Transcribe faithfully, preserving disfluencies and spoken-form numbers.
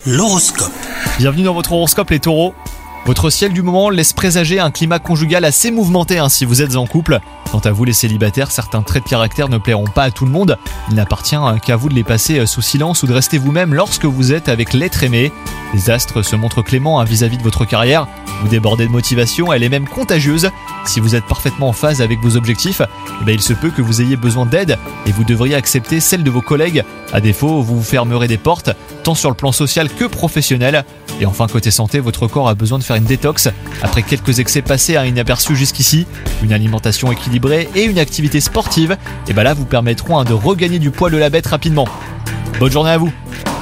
L'horoscope. Bienvenue dans votre horoscope les taureaux. Votre ciel du moment laisse présager un climat conjugal assez mouvementé hein, si vous êtes en couple. Quant à vous les célibataires, certains traits de caractère ne plairont pas à tout le monde. Il n'appartient qu'à vous de les passer sous silence ou de rester vous-même lorsque vous êtes avec l'être aimé. Les astres se montrent cléments hein, vis-à-vis de votre carrière. Vous débordez de motivation, elle est même contagieuse. Si vous êtes parfaitement en phase avec vos objectifs, eh bien, il se peut que vous ayez besoin d'aide et vous devriez accepter celle de vos collègues. À défaut, vous vous fermerez des portes, tant sur le plan social que professionnel. Et enfin, côté santé, votre corps a besoin de faire une détox. Après quelques excès passés à inaperçus jusqu'ici, une alimentation équilibrée et une activité sportive, et ben là vous permettront hein, de regagner du poil de la bête rapidement. Bonne journée à vous.